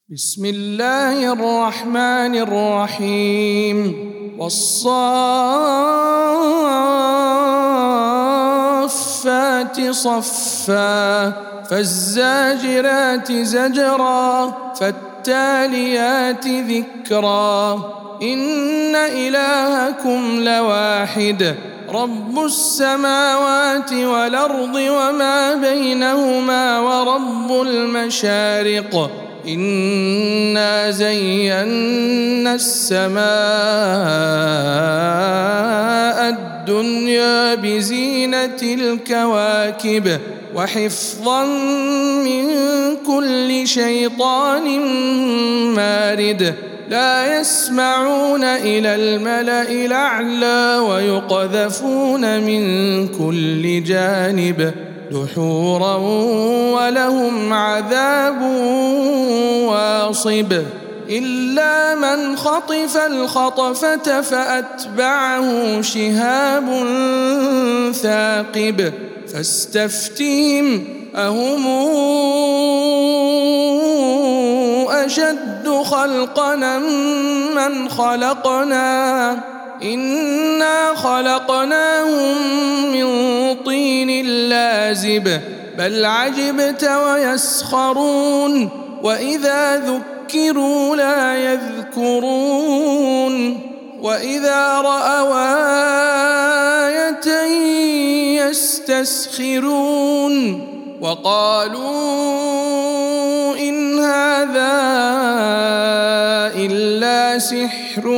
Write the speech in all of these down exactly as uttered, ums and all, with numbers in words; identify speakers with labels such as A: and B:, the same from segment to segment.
A: بسم الله الرحمن الرحيم والصافات صفا فالزاجرات زجرا فالتاليات ذكرا إن إلهكم لواحد رب السماوات والأرض وما بينهما ورب المشارق إنا زينا السماء الدنيا بزينة الكواكب وحفظا من كل شيطان مارد لا يسمعون إلى الملأ الأعلى ويقذفون من كل جانب دحورا ولهم عذاب واصب إلا من خطف الخطفة فأتبعه شهاب ثاقب فاستفتهم أهم أشد خلقنا من خلقنا إنا خلقناهم من طين لازب بل عجبت ويسخرون وإذا ذكروا لا يذكرون وإذا رأوا آية يستسخرون وقالوا إن هذا إلا سحر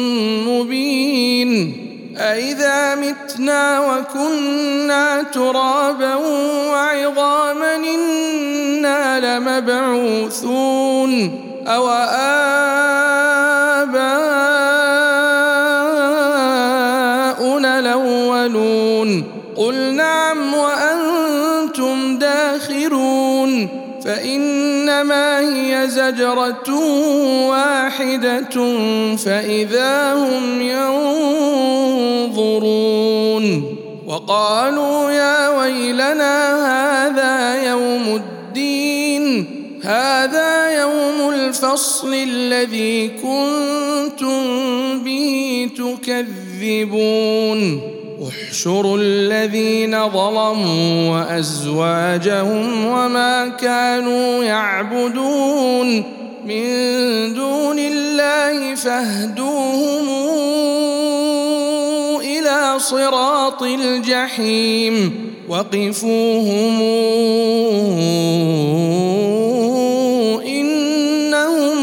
A: مبين أإذا متنا وكنا ترابا وعظاما إنا لمبعوثون أو آباؤنا الأولون قل نعم وأنتم داخرون فإنما هي زجرة واحدة فإذا هم ينظرون وقالوا يا ويلنا هذا يوم الدين هذا يوم الفصل الذي كنتم به تكذبون احشروا الذين ظلموا وأزواجهم وما كانوا يعبدون من دون الله فاهدوهم إلى صراط الجحيم وقفوهم إنهم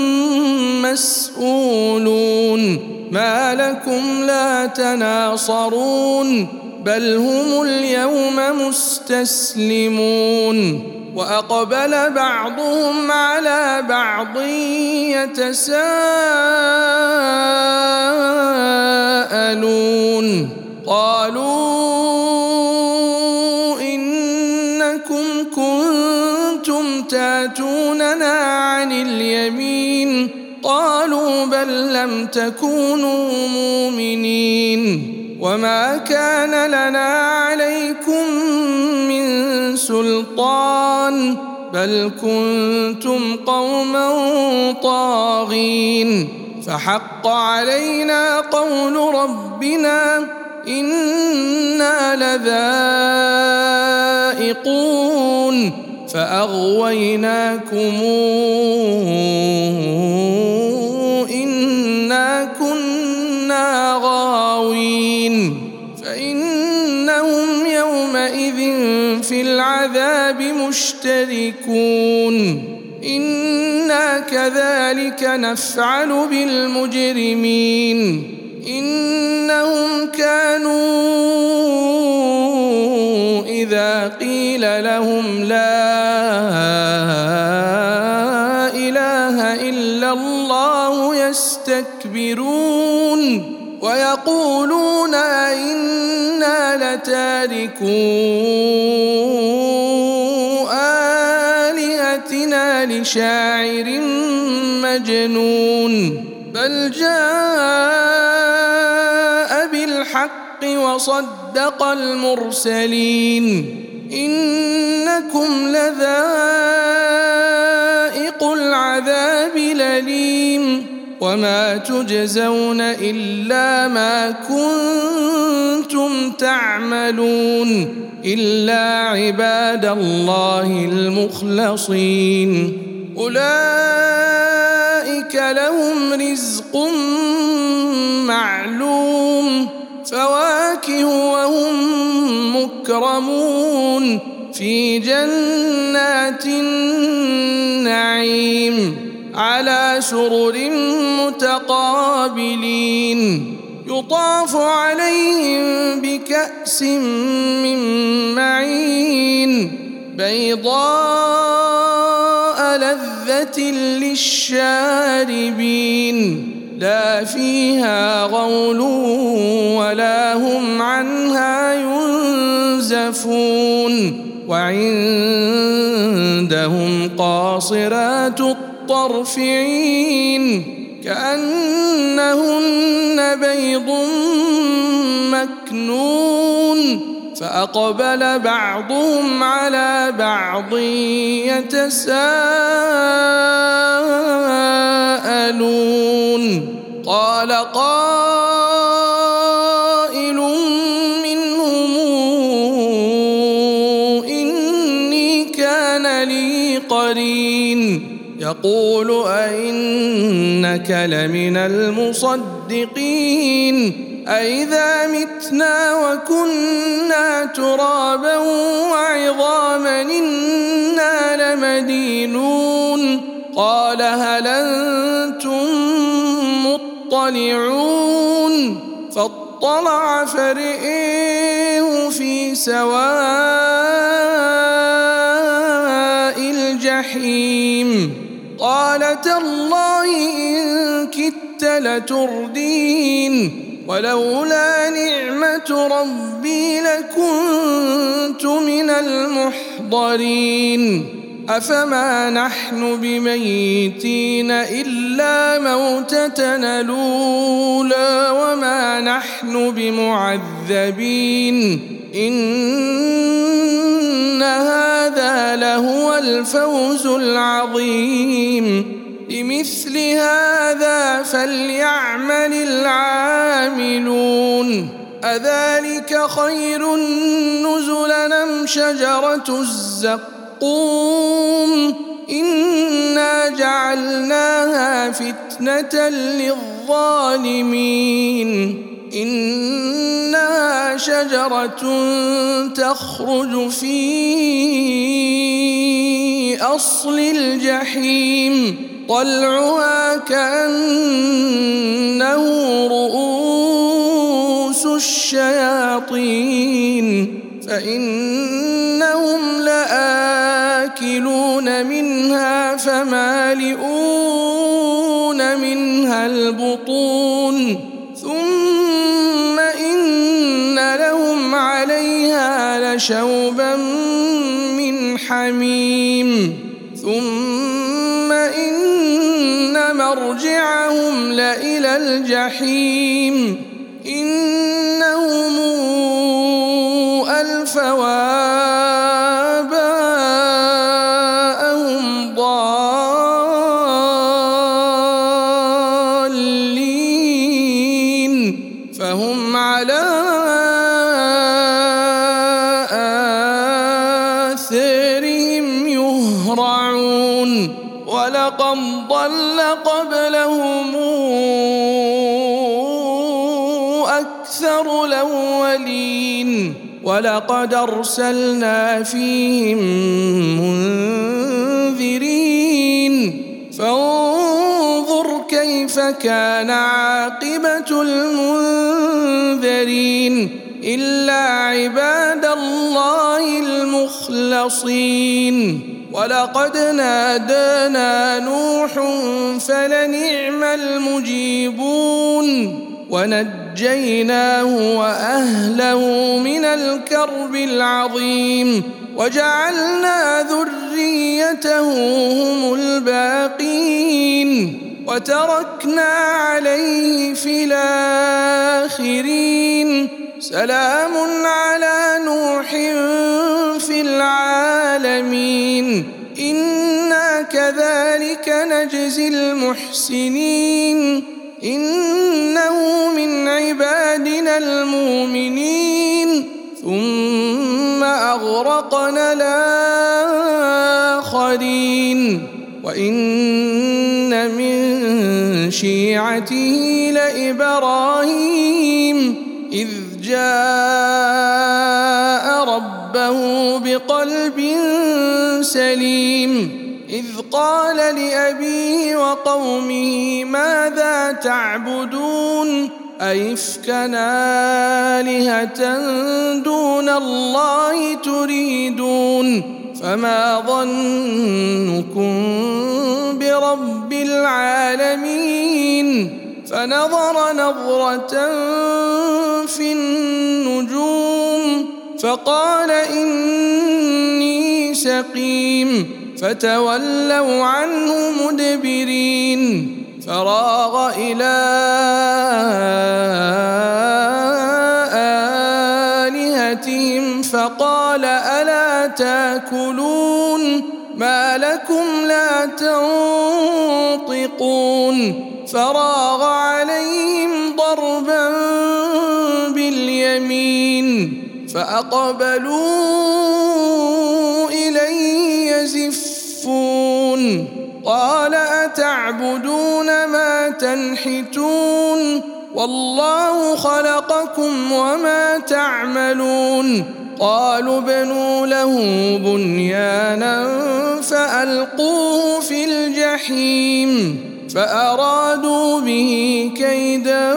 A: مسؤولون ما لكم لا تناصرون بل هم اليوم مستسلمون وأقبل بعضهم على بعض يتساءلون قالوا إنكم كنتم تاتوننا عن اليمين قالوا بل لم تكونوا مؤمنين وما كان لنا عليكم من سلطان بل كنتم قوما طاغين فحق علينا قول ربنا إنا لذائقون فأغويناكم إنا كنا غاوين فإنهم يومئذ في العذاب مشتركون إنا كذلك نفعل بالمجرمين إنهم كانوا إذا قيل لهم لا إله إلا الله يستكبرون ويقولون إنا لتاركو آلهتنا لشاعر مجنون بل جاء بالحق وصدق المرسلين إنكم لذائق العذاب العذاب الأليم وما تجزون إلا ما كنتم تعملون إلا عباد الله المخلصين أولئك لهم رزق معلوم فواكه وهم مكرمون في جنات النعيم على سرر متقابلين يطاف عليهم بكأس من معين بيضاء لذة للشاربين لا فيها غول ولا هم عنها ينزفون وعندهم قاصرات الطرف عين كأنهن بيض مكنون فأقبل بعضهم على بعض يتساءلون قال قائل منهم إني كان لي قرين يقول أئنك لمن المصدقين أئذا متنا وكنا ترابا وعظاما إنا لمدينون قال هل أنتم مطلعون فاطلع فرئه في سواء الجحيم قال تالله إن كدت لتردين ولولا نعمة ربي لكنت من المحضرين أفما نحن بميتين إلا موتتنا الأولى وما نحن بمعذبين إن هذا لهو الفوز العظيم لمثل هذا فليعمل العاملون أذلك خير نزلا أم شجرة الزقوم إنا جعلناها فتنة للظالمين إنها شجرة تخرج في أصل الجحيم طلعها كأنه رؤوس الشياطين فإنهم لآكلون منها فمالئون منها البطون ثم إن لهم عليها لشوبا من حميم ثم إن مرجعهم لإلى الجحيم إنهم ألفوا آباءهم ضالين فهم على آثارهم يهرعون ولقد ضل قبلهم أكثر الأولين ولقد أرسلنا فيهم منذرين فانظر كيف كان عاقبة المنذرين إلا عباد الله المخلصين ولقد نادانا نوح فلنعم المجيبون ونجيناه وأهله من الكرب العظيم وجعلنا ذريته هم الباقين وتركنا عليه في الآخرين سلام على نوح في العالمين إنا كذلك نجزي المحسنين إنه من عبادنا المؤمنين ثم أغرقنا الآخرين وإن من شيعته لإبراهيم إذ جاء ربه بقلب سليم إذ قال لأبيه وقومه ماذا تعبدون أئفكا آلهة دون الله تريدون فما ظنكم برب العالمين فنظر نظرة في النجوم فقال إني سقيم فتولوا عنه مدبرين فراغ إلى آلهتهم فقال ألا تاكلون ما لكم لا تنطقون فراغ عليهم ضربا باليمين فأقبلوا إليه يزفون قال أتعبدون ما تنحتون والله خلقكم وما تعملون قالوا ابنوا له بنيانا فألقوه في الجحيم فأرادوا به كيدا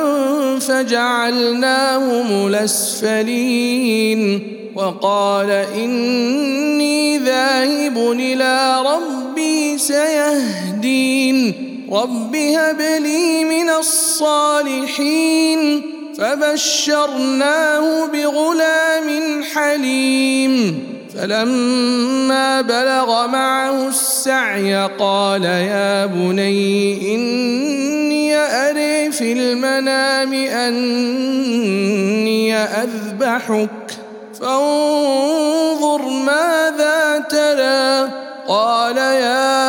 A: فجعلناهم الأسفلين وقال إني ذاهب إلى ربي سيهدين رب هب لي من الصالحين فبشرناه بغلام حليم فلما بلغ معه السعي قال يا بني إني أرى في المنام أني أذبحك فانظر ماذا ترى قال يا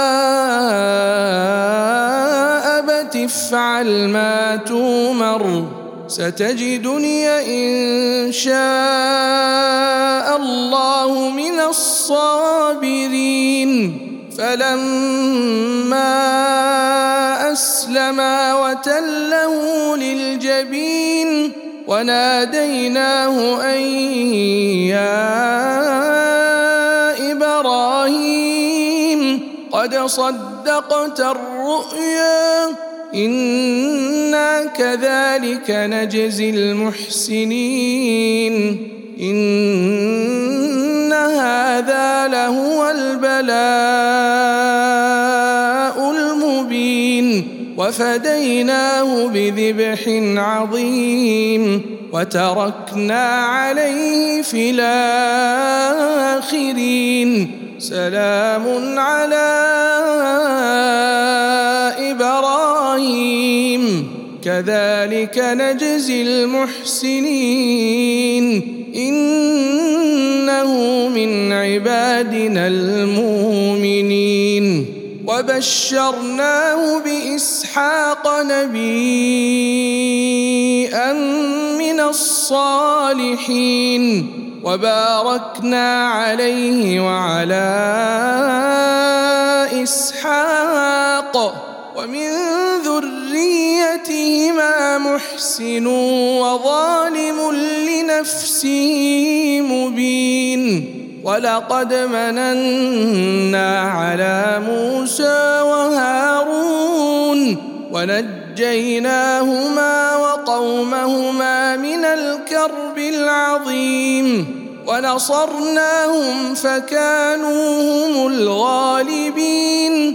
A: أبت افعل ما تؤمر ستجدني إن شاء الله من الصابرين فلما أسلما وتله للجبين وناديناه أن يا إبراهيم قد صدقت الرؤيا إنا كذلك نجزي المحسنين إن هذا لهو البلاء المبين وفديناه بذبح عظيم وتركنا عليه في الآخرين سلام على إبراهيم كذلك نجزي المحسنين إنه من عبادنا المؤمنين وبشرناه بإسحاق نبيا من الصالحين وباركنا عليه وعلى إسحاق ومن ذريتهما محسن وظالم لنفسه مبين ولقد مننا على موسى وهارون ونجيناهما وقومهما من الكرب العظيم ونصرناهم فكانوا هم الغالبين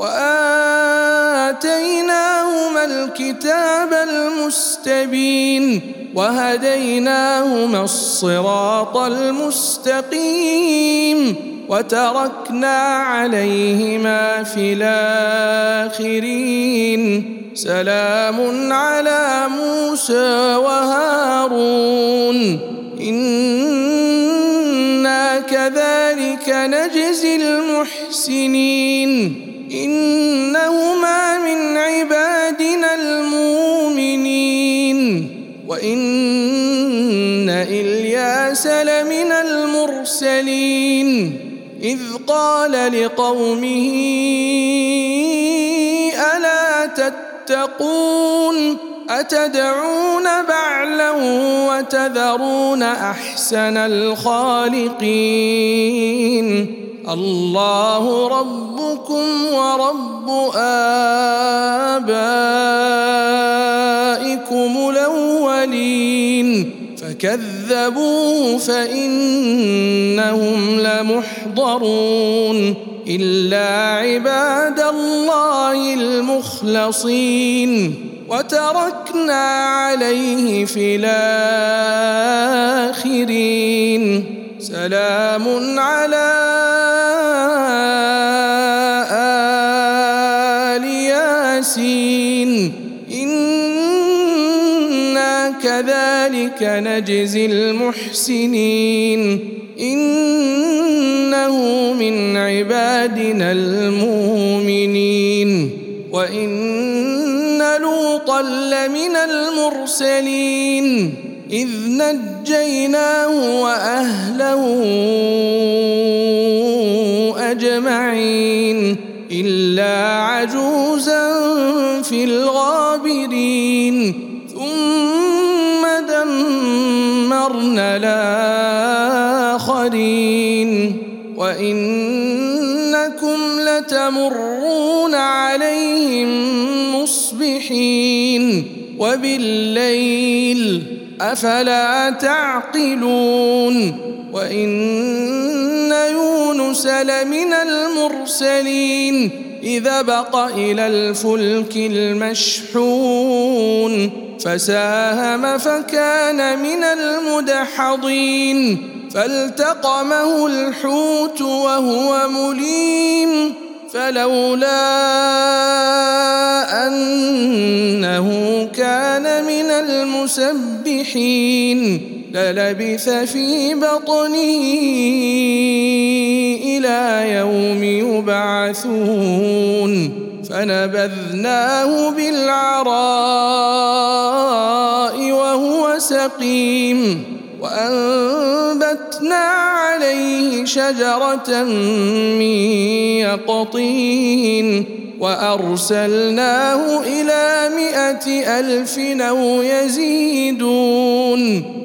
A: وآتيناهما الكتاب المستبين وهديناهما الصراط المستقيم وتركنا عليهما في الآخرين سلام على موسى وهارون إنا كذلك نجزي المحسنين المرسلين إذ قال لقومه ألا تتقون أتدعون بعلا وتذرون أحسن الخالقين الله ربكم ورب آبائكم الأولين فكذبوه فإنهم لمحضرون إلا عباد الله المخلصين وتركنا عليه في الآخرين سلام على آل ياسين إنا كذلك نجزي المحسنين إنه من عبادنا المؤمنين وإن لوطا لمن المرسلين إذ نجيناه وأهله أجمعين إلا عجوزا في الغابرين ثم دمرنا الآخرين وإنكم لتمرون عليهم مصبحين وبالليل أفلا تعقلون وإن يونس لمن المرسلين إذا بق إلى الفلك المشحون فساهم فكان من المدحضين فالتقمه الحوت وهو مليم فلولا أنه كان من المسبحين للبث في بطنه إلى يوم يبعثون فنبذناه بالعراء وهو سقيم وأنبتنا عليه شجرة من يقطين وأرسلناه إلى مائة ألف أو يزيدون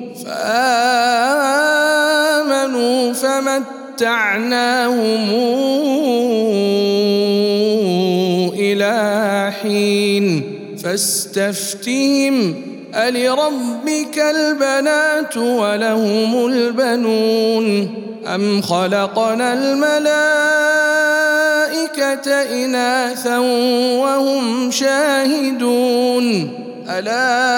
A: فآمنوا فمتعناهم إلى حين فاستفتهم ألربك البنات ولهم البنون أم خلقنا الملائكة إناثا وهم شاهدون ألا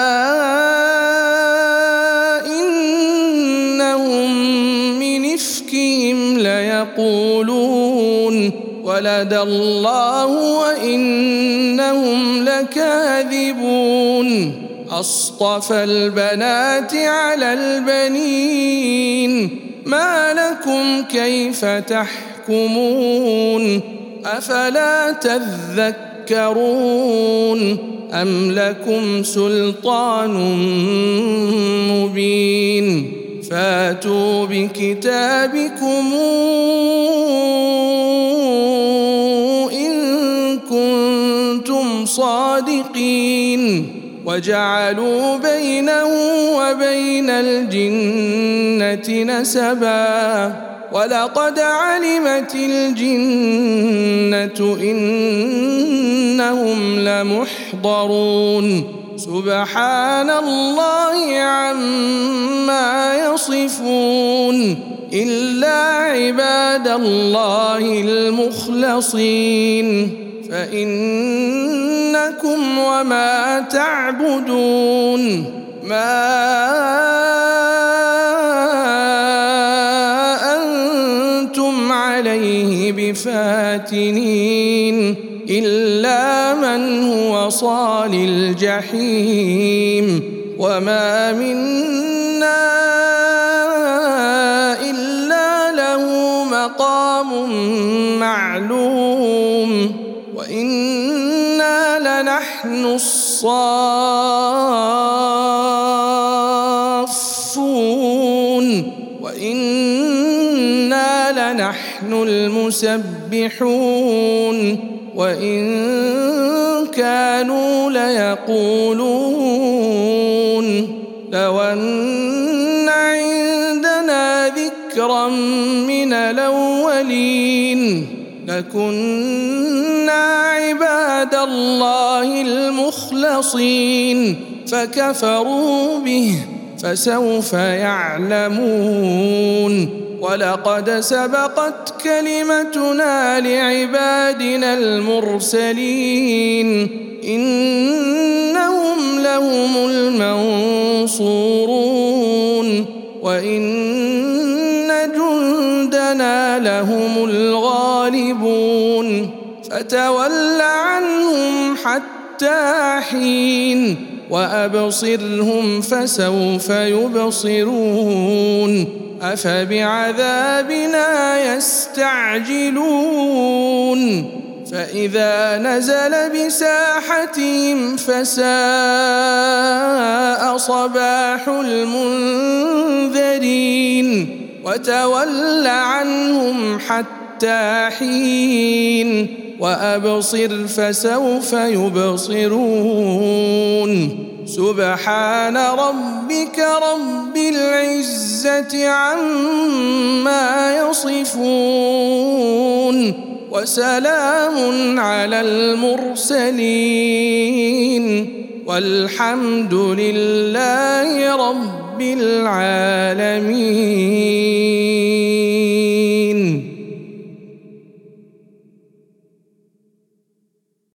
A: إنهم من إفكهم ليقولون ولد الله وإنهم لكاذبون أصطفى البنات على البنين ما لكم كيف تحكمون أفلا تذكرون أم لكم سلطان مبين فاتوا بكتابكم إن كنتم صادقين وجعلوا بينه وبين الجنة نسبا ولقد علمت الجنة إنهم لمحضرون سبحان الله عما يصفون إلا عباد الله المخلصين فإنكم وما تعبدون ما أنتم عليه بفاتنين إلا من هو صال الجحيم وما منا إلا له مقام معلوم وإنا لنحن الصافون وإنا لنحن المسبحون وإن كانوا ليقولون لو أن عندنا ذكرا من الأولين لكنا عباد الله المخلصين فكفروا به فسوف يعلمون ولقد سبقت كلمتنا لعبادنا المرسلين إنهم لهم المنصورون وإن جندنا لهم الغالبون فتول عنهم حتى حين وأبصرهم فسوف يبصرون أفبعذابنا يستعجلون فإذا نزل بساحتهم فساء صباح المنذرين وتول عنهم حتى حين وأبصر فسوف يبصرون سبحان ربك رب العزة عما يصفون وسلام على المرسلين والحمد لله رب العالمين.